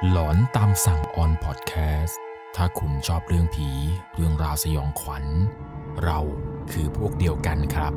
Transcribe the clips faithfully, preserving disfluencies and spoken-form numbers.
หลอนตามสั่งออนพอดแคสต์ถ้าคุณชอบเรื่องผีเรื่องราวสยองขวัญเราคือพวกเดียวกันครับ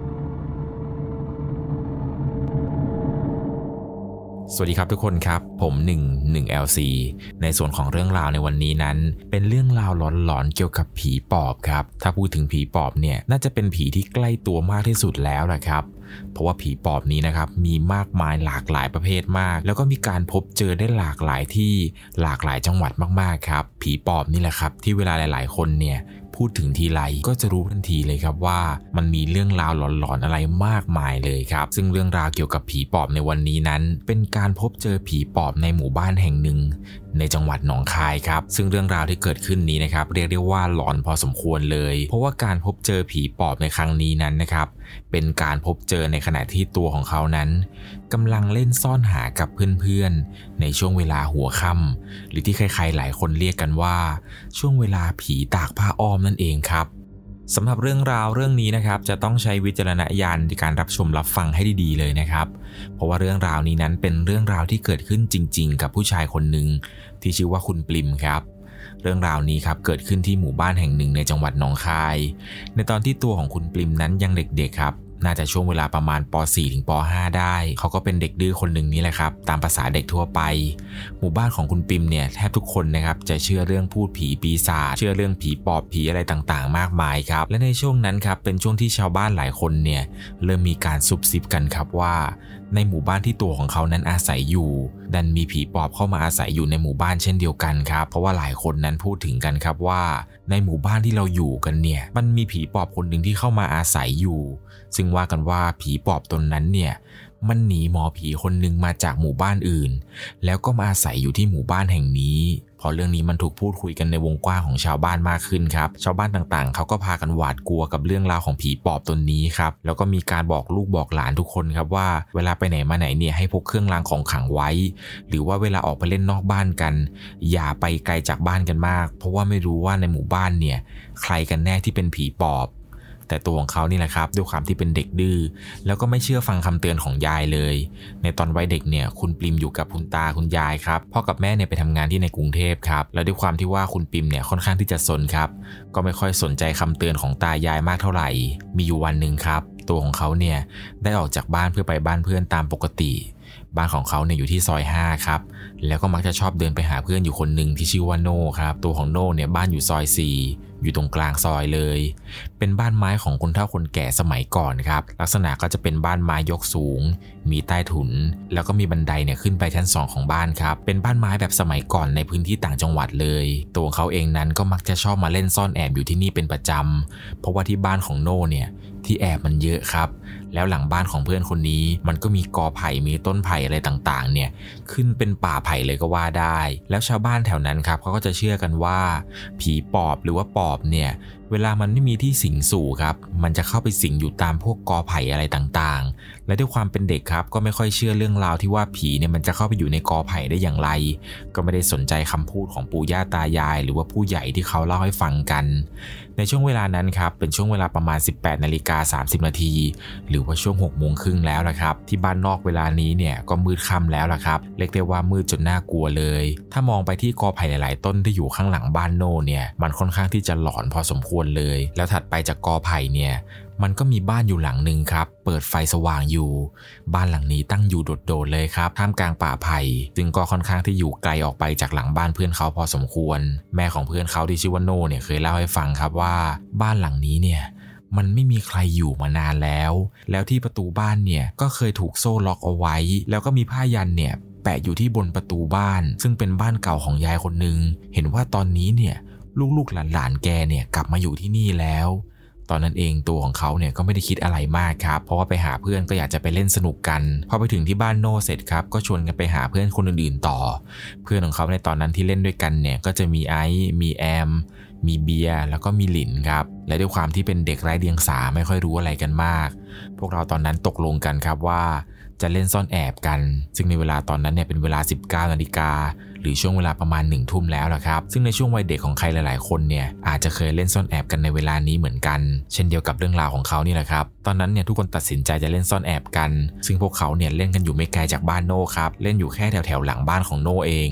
สวัสดีครับทุกคนครับผมหนึ่ง หนึ่ง แอล ซี ในส่วนของเรื่องราวในวันนี้นั้นเป็นเรื่องราวหลอนๆเกี่ยวกับผีปอบครับถ้าพูดถึงผีปอบเนี่ยน่าจะเป็นผีที่ใกล้ตัวมากที่สุดแล้วแหละครับเพราะว่าผีปอบนี้นะครับมีมากมายหลากหลายประเภทมากแล้วก็มีการพบเจอได้หลากหลายที่หลากหลายจังหวัดมากๆครับผีปอบนี่แหละครับที่เวลาหลายๆคนเนี่ยพูดถึงทีไรก็จะรู้ทันทีเลยครับว่ามันมีเรื่องราวหลอนๆอะไรมากมายเลยครับซึ่งเรื่องราวเกี่ยวกับผีปอบในวันนี้นั้นเป็นการพบเจอผีปอบในหมู่บ้านแห่งหนึ่งในจังหวัดหนองคายครับซึ่งเรื่องราวที่เกิดขึ้นนี้นะครับเรียกได้ว่าหลอนพอสมควรเลยเพราะว่าการพบเจอผีปอบในครั้งนี้นั้นนะครับเป็นการพบเจอในขณะที่ตัวของเขานั้นกำลังเล่นซ่อนหากับเพื่อนๆในช่วงเวลาหัวค่ำหรือที่ใครๆหลายคนเรียกกันว่าช่วงเวลาผีตากผ้าอ้อมนั่นเองครับสำหรับเรื่องราวเรื่องนี้นะครับจะต้องใช้วิจารณญาณในการรับชมรับฟังให้ดีๆเลยนะครับเพราะว่าเรื่องราวนี้นั้นเป็นเรื่องราวที่เกิดขึ้นจริงๆกับผู้ชายคนหนึ่งที่ชื่อว่าคุณปลิมครับเรื่องราวนี้ครับเกิดขึ้นที่หมู่บ้านแห่งหนึ่งในจังหวัดหนองคายในตอนที่ตัวของคุณปลิมนั้นยังเด็กๆครับน่าจะช่วงเวลาประมาณป สี่ ถึงป ห้า ได้เขาก็เป็นเด็กดื้อคนหนึ่งนี่แหละครับตามภาษาเด็กทั่วไปหมู่บ้านของคุณปิมเนี่ยแทบทุกคนนะครับจะเชื่อเรื่องพูดผีปีศาจเชื่อเรื่องผีปอบผีอะไรต่างๆมากมายครับและในช่วงนั้นครับเป็นช่วงที่ชาวบ้านหลายคนเนี่ยเริ่มมีการซุบซิบกันครับว่าในหมู่บ้านที่ตัวของเขานั้นอาศัยอยู่ดันมีผีปอบเข้ามาอาศัยอยู่ในหมู่บ้านเช่นเดียวกันครับเพราะว่าหลายคนนั้นพูดถึงกันครับว่าในหมู่บ้านที่เราอยู่กันเนี่ยมันมีผีปอบคนหนึ่งที่เข้ามาอาศัยอยู่ซึ่งว่ากันว่าผีปอบตนนั้นเนี่ยมันหนีหมอผีคนหนึ่งมาจากหมู่บ้านอื่นแล้วก็มาอาศัยอยู่ที่หมู่บ้านแห่งนี้พอเรื่องนี้มันถูกพูดคุยกันในวงกว้างของชาวบ้านมากขึ้นครับชาวบ้านต่างๆเขาก็พากันหวาดกลัวกับเรื่องราวของผีปอบตนนี้ครับแล้วก็มีการบอกลูกบอกหลานทุกคนครับว่าเวลาไปไหนมาไหนเนี่ยให้พกเครื่องรางของขลังไว้หรือว่าเวลาออกไปเล่นนอกบ้านกันอย่าไปไกลจากบ้านกันมากเพราะว่าไม่รู้ว่าในหมู่บ้านเนี่ยใครกันแน่ที่เป็นผีปอบแต่ตัวของเขานี่แหละครับด้วยความที่เป็นเด็กดื้อแล้วก็ไม่เชื่อฟังคำเตือนของยายเลยในตอนวัยเด็กเนี่ยคุณปิมอยู่กับคุณตาคุณยายครับพ่อกับแม่เนี่ยไปทำงานที่ในกรุงเทพครับแล้วด้วยความที่ว่าคุณปิมเนี่ยค่อนข้างที่จะซนครับก็ไม่ค่อยสนใจคำเตือนของตายายมากเท่าไหร่มีอยู่วันหนึ่งครับตัวของเขาเนี่ยได้ออกจากบ้านเพื่อไปบ้านเพื่อนตามปกติบ้านของเขาเนี่ยอยู่ที่ซอยห้าครับแล้วก็มักจะชอบเดินไปหาเพื่อนอยู่คนหนึ่งที่ชื่อว่าโน่ครับตัวของโน่เนี่ยบ้านอยู่ซอยสี่อยู่ตรงกลางซอยเลยเป็นบ้านไม้ของคนเฒ่าคนแก่สมัยก่อนครับลักษณะก็จะเป็นบ้านไม้ยกสูงมีใต้ถุนแล้วก็มีบันไดเนี่ยขึ้นไปชั้นสองของบ้านครับเป็นบ้านไม้แบบสมัยก่อนในพื้นที่ต่างจังหวัดเลยตัวเขาเองนั้นก็มักจะชอบมาเล่นซ่อนแอบอยู่ที่นี่เป็นประจำเพราะว่าที่บ้านของโน่เนี่ยที่แอบมันเยอะครับแล้วหลังบ้านของเพื่อนคนนี้มันก็มีกอไผ่มีต้นไผ่อะไรต่างๆเนี่ยขึ้นเป็นป่าไผ่เลยก็ว่าได้แล้วชาวบ้านแถวนั้นครับเขาก็จะเชื่อกันว่าผีปอบหรือว่าปอบเนี่ยเวลามันไม่มีที่สิงสู่ครับมันจะเข้าไปสิงอยู่ตามพวกกอไผ่อะไรต่างๆและด้วยความเป็นเด็กครับก็ไม่ค่อยเชื่อเรื่องราวที่ว่าผีเนี่ยมันจะเข้าไปอยู่ในกอไผ่ได้อย่างไรก็ไม่ได้สนใจคำพูดของปู่ย่าตายายหรือว่าผู้ใหญ่ที่เขาเล่าให้ฟังกันในช่วงเวลานั้นครับเป็นช่วงเวลาประมาณ สิบแปดนาฬิกาสามสิบนาทีหรือว่าช่วงหกโมงครึ่งแล้วละครับที่บ้านนอกเวลานี้เนี่ยก็มืดค่ำแล้วละครับเรียกได้ว่ามืดจนน่ากลัวเลยถ้ามองไปที่กอไผ่หลายๆต้นที่อยู่ข้างหลังบ้านโน่เนี่ยมันค่อนข้างที่จะหลอนพอสมควรเลยแล้วถัดไปจากกอไผ่เนี่ยมันก็มีบ้านอยู่หลังหนึ่งครับเปิดไฟสว่างอยู่บ้านหลังนี้ตั้งอยู่โดดๆเลยครับท่ามกลางป่าไผ่ซึ่งก็ค่อนข้างที่อยู่ไกลออกไปจากหลังบ้านเพื่อนเขาพอสมควรแม่ของเพื่อนเขาที่ชื่อว่าโน่เนี่ยเคยเล่าให้ฟังครับว่าบ้านหลังนี้เนี่ยมันไม่มีใครอยู่มานานแล้วแล้วที่ประตูบ้านเนี่ยก็เคยถูกโซ่ล็อกเอาไว้แล้วก็มีผ้ายันเนี่ยแปะอยู่ที่บนประตูบ้านซึ่งเป็นบ้านเก่าของยายคนนึงเห็นว่าตอนนี้เนี่ยลูกๆหลานๆแกเนี่ยกลับมาอยู่ที่นี่แล้วตอนนั้นเองตัวของเขาเนี่ยก็ไม่ได้คิดอะไรมากครับเพราะว่าไปหาเพื่อนก็อยากจะไปเล่นสนุกกันพอไปถึงที่บ้านโน่เสร็จครับก็ชวนกันไปหาเพื่อนคนอื่นๆต่อเพื่อนของเขาในตอนนั้นที่เล่นด้วยกันเนี่ยก็จะมีไอซ์มีแอมมีเบียร์แล้วก็มีหลินครับและด้วยความที่เป็นเด็กไร้เดียงสาไม่ค่อยรู้อะไรกันมากพวกเราตอนนั้นตกลงกันครับว่าจะเล่นซ่อนแอบกันซึ่งในเวลาตอนนั้นเนี่ยเป็นเวลา สิบเก้านาฬิกาหรือช่วงเวลาประมาณหนึ่งทุ่มแล้วล่ะครับซึ่งในช่วงวัยเด็กของใครหลายๆคนเนี่ยอาจจะเคยเล่นซ่อนแอบกันในเวลานี้เหมือนกันเช่นเดียวกับเรื่องราวของเขานี่แหละครับตอนนั้นเนี่ยทุกคนตัดสินใจจะเล่นซ่อนแอบกันซึ่งพวกเขาเนี่ยเล่นกันอยู่ไม่ไกลจากบ้านโน่ครับเล่นอยู่แค่แถวๆหลังบ้านของโน่เอง ซ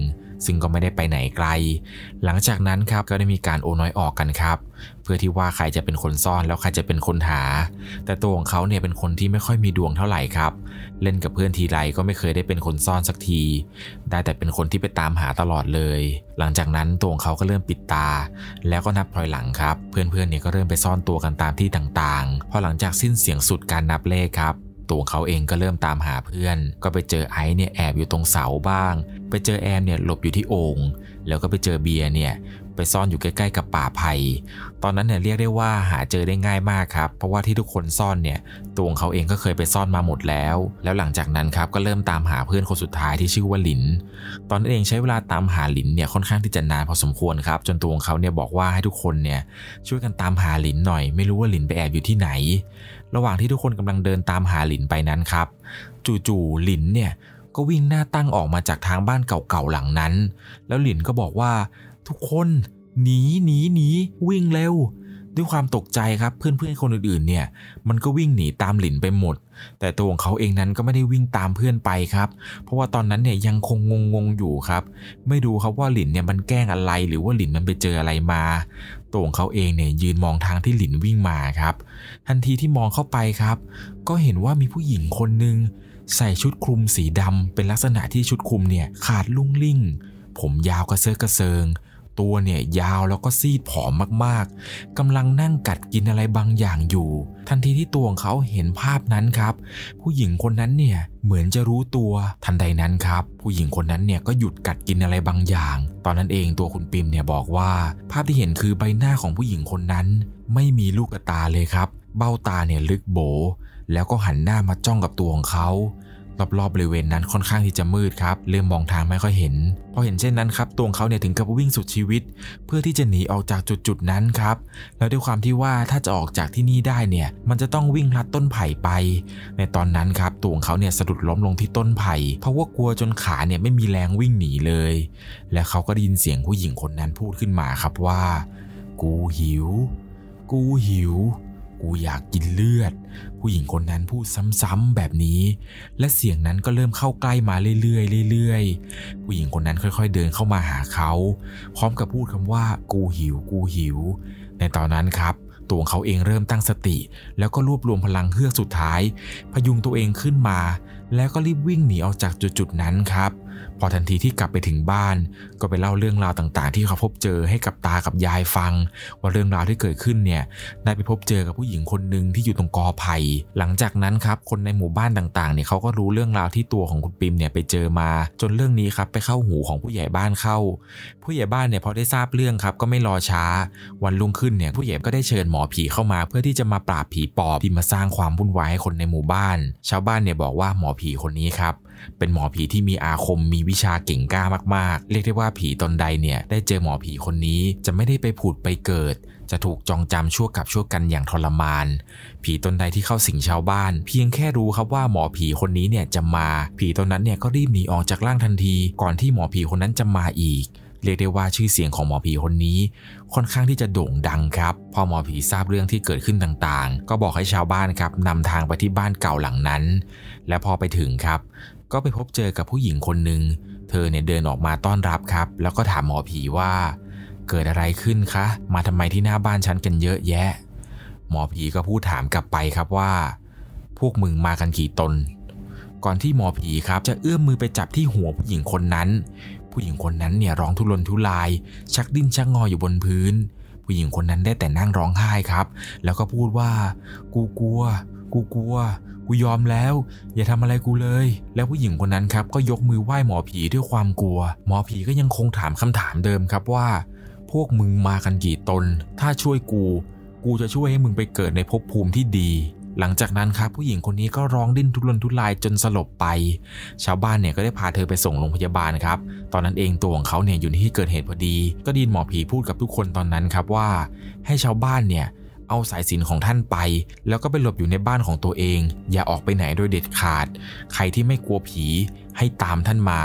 ซึ่งก็ไม่ได้ไปไหนไกลหลังจากนั้นครับก็ได้มีการโอน้อยออกกันครับเพื่อที่ว่าใครจะเป็นคนซ่อนแล้วใครจะเป็นคนหาแต่ตัวของเขาเนี่ยเป็นคนที่ไม่ค่อยมีดวงเท่าไหร่ครับเล่นกับเพื่อนทีไรก็ไม่เคยได้เป็นคนซ่อนสักทีได้แต่เป็นคนที่ไปตามหาตลอดเลยหลังจากนั้นตัวของเขาก็เริ่มปิดตาแล้วก็นับถอยหลังครับเพื่อนๆเนี่ยก็เริ่มไปซ่อนตัวกันตามที่ต่างๆพอหลังจากสิ้นเสียงสุดการนับเลขครับตัวเขาเองก็เริ่มตามหาเพื่อนก็ไปเจอไอซ์เนี่ยแอบอยู่ตรงเสาบ้างไปเจอแอมเนี่ยหลบอยู่ที่โอ่งแล้วก็ไปเจอเบียร์เนี่ยไปซ่อนอยู่ใกล้ๆกับป่าไผ่ตอนนั้นเนี่ยเรียกได้ว่าหาเจอได้ง่ายมากครับเพราะว่าที่ทุกคนซ่อนเนี่ยตัวเขาเองก็เคยไปซ่อนมาหมดแล้วแล้วหลังจากนั้นครับก็เริ่มตามหาเพื่อนคนสุดท้ายที่ชื่อว่าหลินตอนนั้นเองใช้เวลาตามหาหลินเนี่ยค่อนข้างที่จะนานพอสมควรครับจนตัวเขาเนี่ยบอกว่าให้ทุกคนเนี่ยช่วยกันตามหาหลินหน่อยไม่รู้ว่าหลินไปแอบอยู่ที่ไหนระหว่างที่ทุกคนกำลังเดินตามหาหลินไปนั้นครับจู่ๆหลินเนี่ยก็วิ่งหน้าตั้งออกมาจากทางบ้านเก่าๆหลังนั้นแล้วหลินก็บอกว่าทุกคนหนีหนีหนีวิ่งเร็วด้วยความตกใจครับเพื่อนๆคนอื่นๆเนี่ยมันก็วิ่งหนีตามหลินไปหมดแต่ตัวของเขาเองนั้นก็ไม่ได้วิ่งตามเพื่อนไปครับเพราะว่าตอนนั้นเนี่ยยังคงงงๆอยู่ครับไม่ดูครับว่าหลินเนี่ยมันแกล้งอะไรหรือว่าหลินมันไปเจออะไรมาตัวของเขาเองเนี่ยยืนมองทางที่หลินวิ่งมาครับทันทีที่มองเข้าไปครับก็เห็นว่ามีผู้หญิงคนนึงใส่ชุดคลุมสีดำเป็นลักษณะที่ชุดคลุมเนี่ยขาดลุ่งลิ่งผมยาวกระเซาะกระเซิงตัวเนี่ยยาวแล้วก็ซีดผอมมากๆกำลังนั่งกัดกินอะไรบางอย่างอยู่ทันทีที่ตัวของเขาเห็นภาพนั้นครับผู้หญิงคนนั้นเนี่ยเหมือนจะรู้ตัวทันใดนั้นครับผู้หญิงคนนั้นเนี่ยก็หยุดกัดกินอะไรบางอย่างตอนนั้นเองตัวคุณปิมเนี่ยบอกว่าภาพที่เห็นคือใบหน้าของผู้หญิงคนนั้นไม่มีลูกตาเลยครับเบ้าตาเนี่ยลึกโบแล้วก็หันหน้ามาจ้องกับตัวของเขารอบๆบริเวณนั้นค่อนข้างที่จะมืดครับเริ่มมองทางไม่ค่อยเห็นพอเห็นเช่นนั้นครับตัวเขาเนี่ยถึงกับวิ่งสุดชีวิตเพื่อที่จะหนีออกจากจุดๆนั้นครับแล้วด้วยความที่ว่าถ้าจะออกจากที่นี่ได้เนี่ยมันจะต้องวิ่งลัดต้นไผ่ไปในตอนนั้นครับตัวเขาเนี่ยสะดุดล้มลงที่ต้นไผ่เพราะว่ากลัวจนขาเนี่ยไม่มีแรงวิ่งหนีเลยและเขาก็ได้ยินเสียงผู้หญิงคนนั้นพูดขึ้นมาครับว่ากูหิวกูหิวกูอยากกินเลือดผู้หญิงคนนั้นพูดซ้ำๆแบบนี้และเสียงนั้นก็เริ่มเข้าใกล้มาเรื่อยๆเรื่อยๆผู้หญิงคนนั้นค่อยๆเดินเข้ามาหาเขาพร้อมกับพูดคำว่ากูหิวกูหิวในตอนนั้นครับตัวเขาเองเริ่มตั้งสติแล้วก็รวบรวมพลังเฮือกสุดท้ายพยุงตัวเองขึ้นมาแล้วก็รีบวิ่งหนีออกจากจุดๆนั้นครับพอทันทีที่กลับไปถึงบ้านก็ไปเล่าเรื่องราวต่างๆที่เขาพบเจอให้กับตากับยายฟังว่าเรื่องราวที่เกิดขึ้นเนี่ยได้ไปพบเจอกับผู้หญิงคนหนึ่งที่อยู่ตรงกอไผ่หลังจากนั้นครับคนในหมู่บ้านต่างๆเนี่ยเขาก็รู้เรื่องราวที่ตัวของคุณปิมเนี่ยไปเจอมาจนเรื่องนี้ครับไปเข้าหูของผู้ใหญ่บ้านเข้าผู้ใหญ่บ้านเนี่ยพอได้ทราบเรื่องครับก็ไม่รอช้าวันรุ่งขึ้นเนี่ยผู้ใหญ่ก็ได้เชิญหมอผีเข้ามาเพื่อที่จะมาปราบผีปอบที่มาสร้างความวุ่นวายให้คนในหมู่บ้านชาวบ้านเนี่ยบอกว่าหมอผีคนนี้ครับเป็นหมอผีที่มีอาคมมีวิชาเก่งกล้ามากๆเรียกได้ว่าผีตนใดเนี่ยได้เจอหมอผีคนนี้จะไม่ได้ไปผุดไปเกิดจะถูกจองจำชั่วกับชั่วกันอย่างทรมานผีตนใดที่เข้าสิงชาวบ้านเพียงแค่รู้ครับว่าหมอผีคนนี้เนี่ยจะมาผีตนนั้นเนี่ยก็รีบหนีออกจากร่างทันทีก่อนที่หมอผีคนนั้นจะมาอีกเรียกได้ว่าชื่อเสียงของหมอผีคนนี้ค่อนข้างที่จะโด่งดังครับพอหมอผีทราบเรื่องที่เกิดขึ้นต่างๆก็บอกให้ชาวบ้านครับนำทางไปที่บ้านเก่าหลังนั้นและพอไปถึงครับก็ไปพบเจอกับผู้หญิงคนหนึ่งเธอเนี่ยเดินออกมาต้อนรับครับแล้วก็ถามหมอผีว่าเกิดอะไรขึ้นคะมาทำไมที่หน้าบ้านฉันกันเยอะแยะหมอผีก็พูดถามกลับไปครับว่าพวกมึงมากันกี่ตนก่อนที่หมอผีครับจะเอื้อมมือไปจับที่หัวผู้หญิงคนนั้นผู้หญิงคนนั้นเนี่ยร้องทุรนทุรายชักดิ้นชักงออยู่บนพื้นผู้หญิงคนนั้นได้แต่นั่งร้องไห้ครับแล้วก็พูดว่ากูกลัวกูกลัวกูยอมแล้วอย่าทำอะไรกูเลยแล้วผู้หญิงคนนั้นครับก็ยกมือไหว้หมอผีด้วยความกลัวหมอผีก็ยังคงถามคำถามเดิมครับว่าพวกมึงมากันกี่ตนถ้าช่วยกูกูจะช่วยให้มึงไปเกิดในภพภูมิที่ดีหลังจากนั้นครับผู้หญิงคนนี้ก็ร้องดิ้นทุรนทุรายจนสลบไปชาวบ้านเนี่ยก็ได้พาเธอไปส่งโรงพยาบาลครับตอนนั้นเองตัวของเขาเนี่ยอยู่ในที่เกิดเหตุพอดีก็ได้ยินหมอผีพูดกับทุกคนตอนนั้นครับว่าให้ชาวบ้านเนี่ยเอาสายสิญจน์ของท่านไปแล้วก็ไปหลบอยู่ในบ้านของตัวเองอย่าออกไปไหนโดยเด็ดขาดใครที่ไม่กลัวผีให้ตามท่านมา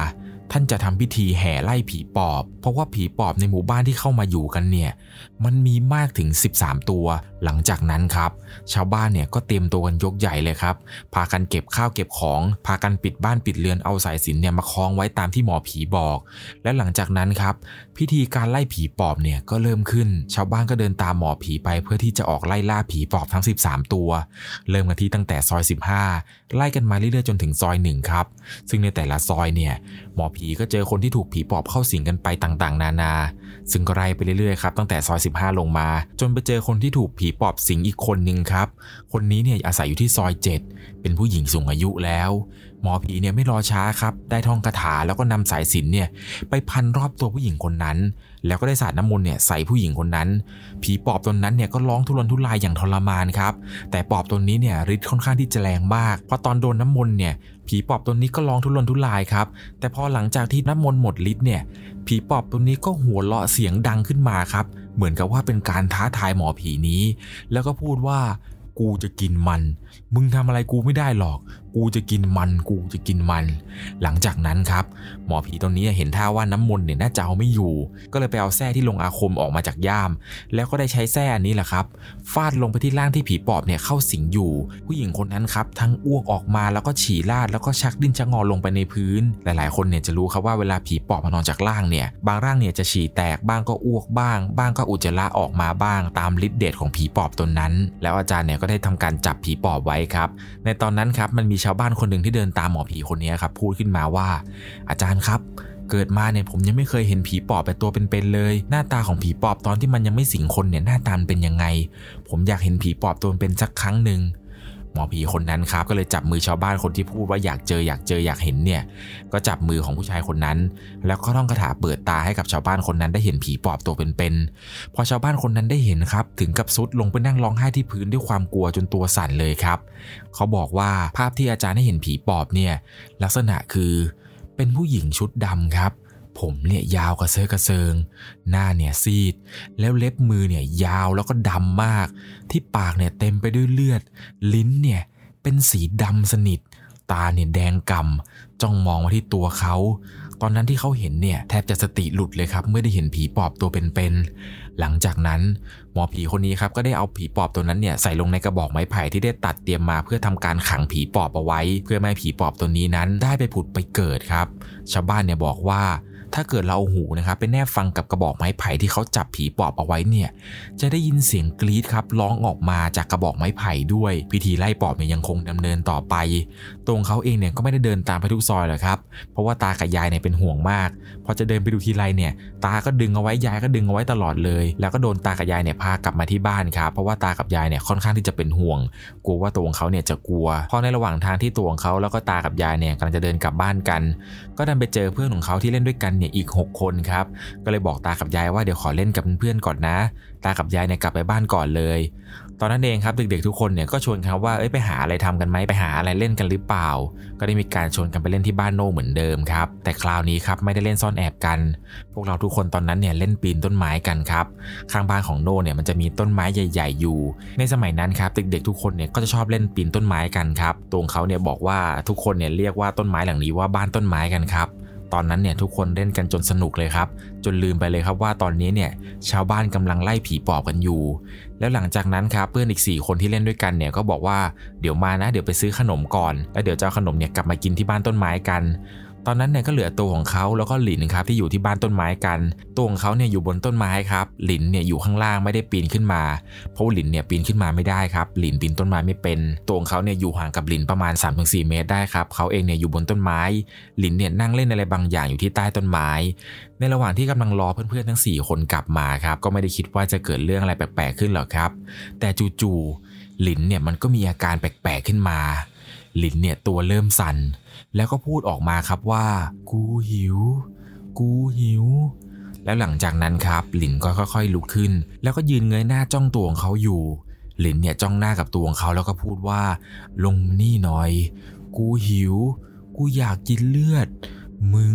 ท่านจะทำพิธีแห่ไล่ผีปอบเพราะว่าผีปอบในหมู่บ้านที่เข้ามาอยู่กันเนี่ยมันมีมากถึงสิบสามตัวหลังจากนั้นครับชาวบ้านเนี่ยก็เตรียมตัวกันยกใหญ่เลยครับพากันเก็บข้าวเก็บของพากันปิดบ้านปิดเรือนเอาสายสิญจน์เนี่ยมาคล้องไว้ตามที่หมอผีบอกและหลังจากนั้นครับพิธีการไล่ผีปอบเนี่ยก็เริ่มขึ้นชาวบ้านก็เดินตามหมอผีไปเพื่อที่จะออกไล่ล่าผีปอบทั้งสิบสามตัวเริ่มกันที่ตั้งแต่ซอยสิบห้าไล่กันมาเรื่อยๆจนถึงซอยหนึ่งครับซึ่งในแต่ละซอยเนี่ยหมอผีก็เจอคนที่ถูกผีปอบเข้าสิงกันไปต่างๆนานาซึ่งก็ไล่ไปเรื่อยๆครับตั้งแต่ซอยสิบห้าลงมาจนไปเจอคนที่ถูกผีปอบสิงอีกคนนึงครับคนนี้เนี่ยอาศัยอยู่ที่ซอยเจ็ดเป็นผู้หญิงสูงอายุแล้วหมอผีเนี่ยไม่รอช้าครับได้ท่องคาถาแล้วก็นำสายสิญจน์เนี่ยไปพันรอบตัวผู้หญิงคนนั้นแล้วก็ได้สาดน้ำมนต์เนี่ยใส่ผู้หญิงคนนั้นผีปอบตนนั้นเนี่ยก็ร้องทุรนทุรายอย่างทรมานครับแต่ปอบตนนี้เนี่ยฤทธิ์ค่อนข้างที่จะแรงมากเพราะตอนโดนน้ำมนต์เนี่ยผีปอบตนนี้ก็ร้องทุรนทุรายครับแต่พอหลังจากที่น้ำมนต์หมดฤทธิ์เนี่ยผีปอบตัวนี้ก็หัวเราะเสียงดังขึ้นมาครับเหมือนกับว่าเป็นการท้าทายหมอผีนี้แล้วก็พูดว่ากูจะกินมันมึงทำอะไรกูไม่ได้หรอกกูจะกินมันกูจะกินมันหลังจากนั้นครับหมอผีตนนี้เห็นท่าว่าน้ำมนต์เนี่ยน่าจะเอาไม่อยู่ก็เลยไปเอาแส้ที่ลงอาคมออกมาจากย่ามแล้วก็ได้ใช้แส้อันนี้แหละครับฟาดลงไปที่ร่างที่ผีปอบเนี่ยเข้าสิงอยู่ผู้หญิงคนนั้นครับทั้งอ้วกออกมาแล้วก็ฉี่ราดแล้วก็ชักดิ้นชักงอลงไปในพื้นหลายๆคนเนี่ยจะรู้ครับว่าเวลาผีปอบมานอนจากร่างเนี่ยบางร่างเนี่ยจะฉี่แตกบ้างก็อ้วกบ้างบ้างก็อุจจาระออกมาบ้างตามฤทธิ์เดชของผีปอบตนนั้นแล้วอาจารย์เนี่ยก็ได้ทำการจับผีปอบไว้ครับในตอนนั้นครับมันมีชาวบ้านคนหนึ่งที่เดินตามหมอผีคนนี้ครับพูดขึ้นมาว่าอาจารย์ครับเกิดมาเนี่ยผมยังไม่เคยเห็นผีปอบเป็นตัวเป็นๆเลยหน้าตาของผีปอบตอนที่มันยังไม่สิงคนเนี่ยหน้าตาเป็นยังไงผมอยากเห็นผีปอบตัวเป็นสักครั้งหนึ่งหมอผีคนนั้นครับก็เลยจับมือชาวบ้านคนที่พูดว่าอยากเจออยากเจออยากเห็นเนี่ยก็จับมือของผู้ชายคนนั้นแล้วก็ท่องคาถาเปิดตาให้กับชาวบ้านคนนั้นได้เห็นผีปอบตัวเป็นๆพอชาวบ้านคนนั้นได้เห็นครับถึงกับซุดลงไปนั่งร้องไห้ที่พื้นด้วยความกลัวจนตัวสั่นเลยครับเขาบอกว่าภาพที่อาจารย์ได้เห็นผีปอบเนี่ยลักษณะคือเป็นผู้หญิงชุดดำครับผมเนี่ยยาวกระเซาะกระเซิงหน้าเนี่ยซีดแล้วเล็บมือเนี่ยยาวแล้วก็ดำมากที่ปากเนี่ยเต็มไปด้วยเลือดลิ้นเนี่ยเป็นสีดำสนิทตาเนี่ยแดงก่ำจ้องมองมาที่ตัวเขาตอนนั้นที่เขาเห็นเนี่ยแทบจะสติหลุดเลยครับเมื่อได้เห็นผีปอบตัวเป็นๆหลังจากนั้นหมอผีคนนี้ครับก็ได้เอาผีปอบตัวนั้นเนี่ยใส่ลงในกระบอกไม้ไผ่ที่ได้ตัดเตรียมมาเพื่อทำการขังผีปอบเอาไว้เพื่อไม่ให้ผีปอบตัวนี้นั้นได้ไปผุดไปเกิดครับชาวบ้านเนี่ยบอกว่าถ้าเกิดเราเอาหูนะครับไปแนบฟังกับกระบอกไม้ไผ่ที่เขาจับผีปอบเอาไว้เนี่ยจะได้ยินเสียงกรี๊ดครับร้องออกมาจากกระบอกไม้ไผ่ด้วยพิธีไล่ปอบเนี่ยยังคงดำเนินต่อไปตรงเขาเองเนี่ยก็ไม่ได้เดินตามไปทุกซอยหรอกครับเพราะว่าตากับยายเนี่ยเป็นห่วงมากพอจะเดินไปดูทีไรเนี่ยตาก็ดึงเอาไว้ยายก็ดึงเอาไว้ตลอดเลยแล้วก็โดนตากับยายเนี่ยพากลับมาที่บ้านครับเพราะว่าตากับยายเนี่ยค่อนข้างที่จะเป็นห่วงกลัวว่าตัวของเขาเนี่ยจะกลัวพอในระหว่างทางที่ตัวของเขาแล้วก็ตากับยายเนี่ยกำลังจะเดินกลับบ้านกันก็ดันไปเจอเพื่อนของเขาที่เล่นด้วยกันเนี่ยอีกหกคนครับก็เลยบอกตากับยายว่าเดี๋ยวขอเล่นกับเพื่อนก่อนนะตากับยายเนี่ยกลับไปบ้านก่อนเลยตอนนั้นเองครับเด็กๆทุกคนเนี่ยก็ชวนเขาว่าเอ้ยไปหาอะไรทำกันไหมไปหาอะไรเล่นกันหรือเปล่าก็ได้มีการชวนกันไปเล่นที่บ้านโน่เหมือนเดิมครับแต่คราวนี้ครับไม่ได้เล่นซ่อนแอบกันพวกเราทุกคนตอนนั้นเนี่ยเล่นปีนต้นไม้กันครับข้างบ้านของโน่เนี่ยมันจะมีต้นไม้ใหญ่ๆอยู่ในสมัยนั้นครับเด็กๆทุกคนเนี่ยก็จะชอบเล่นปีนต้นไม้กันครับตัวเขาเนี่ยบอกว่าทุกคนเนี่ยเรียกว่าต้นไม้หลังนี้ว่าบ้านต้นไม้กันครับตอนนั้นเนี่ยทุกคนเล่นกันจนสนุกเลยครับจนลืมไปเลยครับว่าตอนนี้เนี่ยชาวบ้านกำลังไล่ผีปอบกันอยู่แล้วหลังจากนั้นครับเพื่อนอีกสี่คนที่เล่นด้วยกันเนี่ยก็บอกว่าเดี๋ยวมานะเดี๋ยวไปซื้อขนมก่อนแล้วเดี๋ยวจะเอาขนมเนี่ยกลับมากินที่บ้านต้นไม้กันตอนนั้นเนี่ยก็เหลือตัวของเขาแล้วก็หลินครับที่อยู่ที่บ้านต้นไม้กันตัวของเขาเนี่ยอยู่บนต้นไม้ครับหลินเนี่ยอยู่ข้างล่างไม่ได้ปีนขึ้นมาเพราะหลินเนี่ยปีนขึ้นมาไม่ได้ครับหลินปีนต้นไม้ไม่เป็นตัวของเขาเนี่ยอยู่ห่างกับหลินประมาณ สามถึงสี่ เมตรได้ครับเขาเองเนี่ยอยู่บนต้นไม้หลินเนี่ยนั่งเล่นอะไรบางอย่างอยู่ที่ใต้ต้นไม้ในระหว่างที่กำลังรอเพื่อนๆทั้งสี่คนกลับมาครับก็ไม่ได้คิดว่าจะเกิดเรื่องอะไรแปลกๆขึ้นหรอกครับแต่จู่ๆหลินเนี่ยมันก็มีอาการแปลกๆขึ้นมาหลินเนี่ยตัวเริ่มสั่นแล้วก็พูดออกมาครับว่ากูหิวกูหิวแล้วหลังจากนั้นครับหลินก็ค่อยๆลุกขึ้นแล้วก็ยืนเงยหน้าจ้องตัวของเขาอยู่หลินเนี่ยจ้องหน้ากับตัวของเขาแล้วก็พูดว่าลงนี่หน่อยกูหิวกูอยากกินเลือดมึง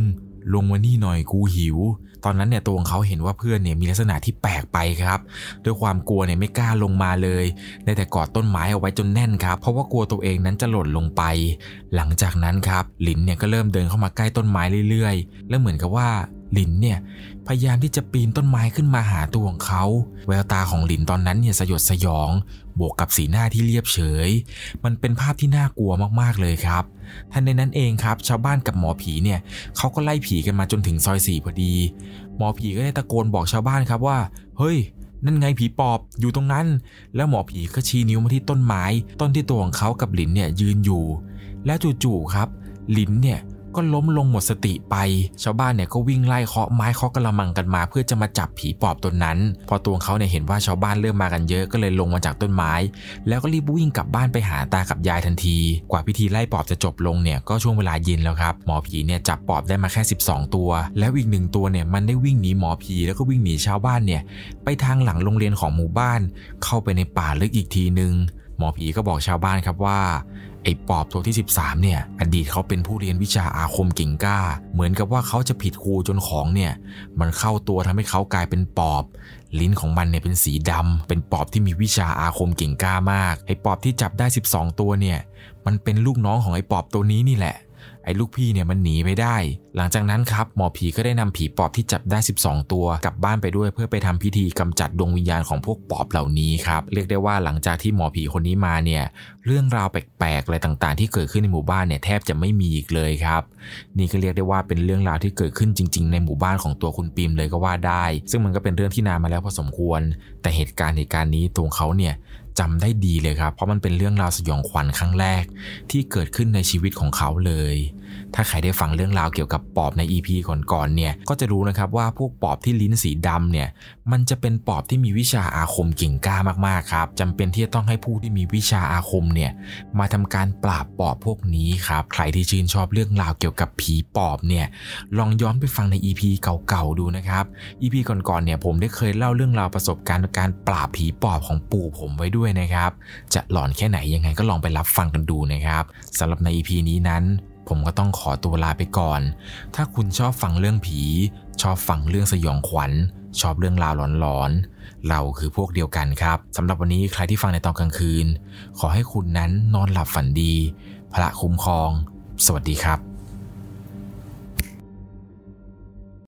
ลงมานี่หน่อยกูหิวตอนนั้นเนี่ยตัวของเขาเห็นว่าเพื่อนเนี่ยมีลักษณะที่แปลกไปครับด้วยความกลัวเนี่ยไม่กล้าลงมาเลยได้แต่กอดต้นไม้เอาไว้จนแน่นครับเพราะว่ากลัวตัวเองนั้นจะหล่นลงไปหลังจากนั้นครับหลินเนี่ยก็เริ่มเดินเข้ามาใกล้ต้นไม้เรื่อยๆและเหมือนกับว่าหลินเนี่ยพยายามที่จะปีนต้นไม้ขึ้นมาหาตัวของเขาแววตาของหลินตอนนั้นเนี่ยสยดสยองบวกกับสีหน้าที่เรียบเฉยมันเป็นภาพที่น่ากลัวมากๆเลยครับทันใดนั้นเองครับชาวบ้านกับหมอผีเนี่ยเขาก็ไล่ผีกันมาจนถึงซอยสี่พอดีหมอผีก็ได้ตะโกนบอกชาวบ้านครับว่าเฮ้ยนั่นไงผีปอบอยู่ตรงนั้นแล้วหมอผีก็ชี้นิ้วมาที่ต้นไม้ต้นที่ตัวของเขากับหลินเนี่ยยืนอยู่แล้วจู่ๆครับหลินเนี่ยก็ล้มลงหมดสติไปชาวบ้านเนี่ยก็วิ่งไล่เคาะไม้เคาะกระมังกันมาเพื่อจะมาจับผีปอบตัวนั้นพอตัวเขาเนี่ยเห็นว่าชาวบ้านเริ่มมากันเยอะก็เลยลงมาจากต้นไม้แล้วก็รีบวิ่งกลับบ้านไปหาตากับยายทันทีกว่าพิธีไล่ปอบจะจบลงเนี่ยก็ช่วงเวลาเย็นแล้วครับหมอผีเนี่ยจับปอบได้มาแค่สิบสองตัวแล้วอีกหนึ่งตัวเนี่ยมันได้วิ่งหนีหมอผีแล้วก็วิ่งหนีชาวบ้านเนี่ยไปทางหลังโรงเรียนของหมู่บ้านเข้าไปในป่าลึกอีกทีนึงหมอผีก็บอกชาวบ้านครับว่าไอ้ปอบตัวที่สิบสามเนี่ยอดีตเขาเป็นผู้เรียนวิชาอาคมเก่งกล้าเหมือนกับว่าเขาจะผิดครูจนของเนี่ยมันเข้าตัวทำให้เขากลายเป็นปอบลิ้นของมันเนี่ยเป็นสีดำเป็นปอบที่มีวิชาอาคมเก่งกล้ามากไอ้ปอบที่จับได้สิบสองตัวเนี่ยมันเป็นลูกน้องของไอ้ปอบตัวนี้นี่แหละไอ้ลูกพี่เนี่ยมันหนีไปได้หลังจากนั้นครับหมอผีก็ได้นำผีปอบที่จับได้สิบสองตัวกลับบ้านไปด้วยเพื่อไปทำพิธีกำจัดดวงวิญญาณของพวกปอบเหล่านี้ครับเรียกได้ว่าหลังจากที่หมอผีคนนี้มาเนี่ยเรื่องราวแปลกๆอะไรต่างๆที่เกิดขึ้นในหมู่บ้านเนี่ยแทบจะไม่มีอีกเลยครับนี่ก็เรียกได้ว่าเป็นเรื่องราวที่เกิดขึ้นจริงๆในหมู่บ้านของตัวคุณปิมเลยก็ว่าได้ซึ่งมันก็เป็นเรื่องที่นานมาแล้วพอสมควรแต่เหตุการณ์เหตุการณ์นี้ตัวเขาเนี่ยจำได้ดีเลยครับเพราะมันเป็นเรื่องราวสยองขวัญครั้งแรกที่เกิดขึ้นในชีวิตของเขาเลยถ้าใครได้ฟังเรื่องราวเกี่ยวกับปอบใน อี พี ก่อนๆเนี่ยก็จะรู้นะครับว่าพวกปอบที่ลิ้นสีดำเนี่ยมันจะเป็นปอบที่มีวิชาอาคมเก่งกล้ามากๆครับจำเป็นที่จะต้องให้ผู้ที่มีวิชาอาคมเนี่ยมาทำการปราบปอบพวกนี้ครับใครที่ชื่นชอบเรื่องราวเกี่ยวกับผีปอบเนี่ยลองย้อนไปฟังใน อี พี เก่าๆดูนะครับ อี พี ก่อนๆเนี่ยผมได้เคยเล่าเรื่องราวประสบการณ์การปราบผีปอบของปู่ผมไว้ด้วยนะครับจะหลอนแค่ไหนยังไงก็ลองไปรับฟังกันดูนะครับสำหรับใน อี พี นี้นั้นผมก็ต้องขอตัวลาไปก่อนถ้าคุณชอบฟังเรื่องผีชอบฟังเรื่องสยองขวัญชอบเรื่องราวหลอนๆเราคือพวกเดียวกันครับสำหรับวันนี้ใครที่ฟังในตอนกลางคืนขอให้คุณนั้นนอนหลับฝันดีพระคุ้มครองสวัสดีครับ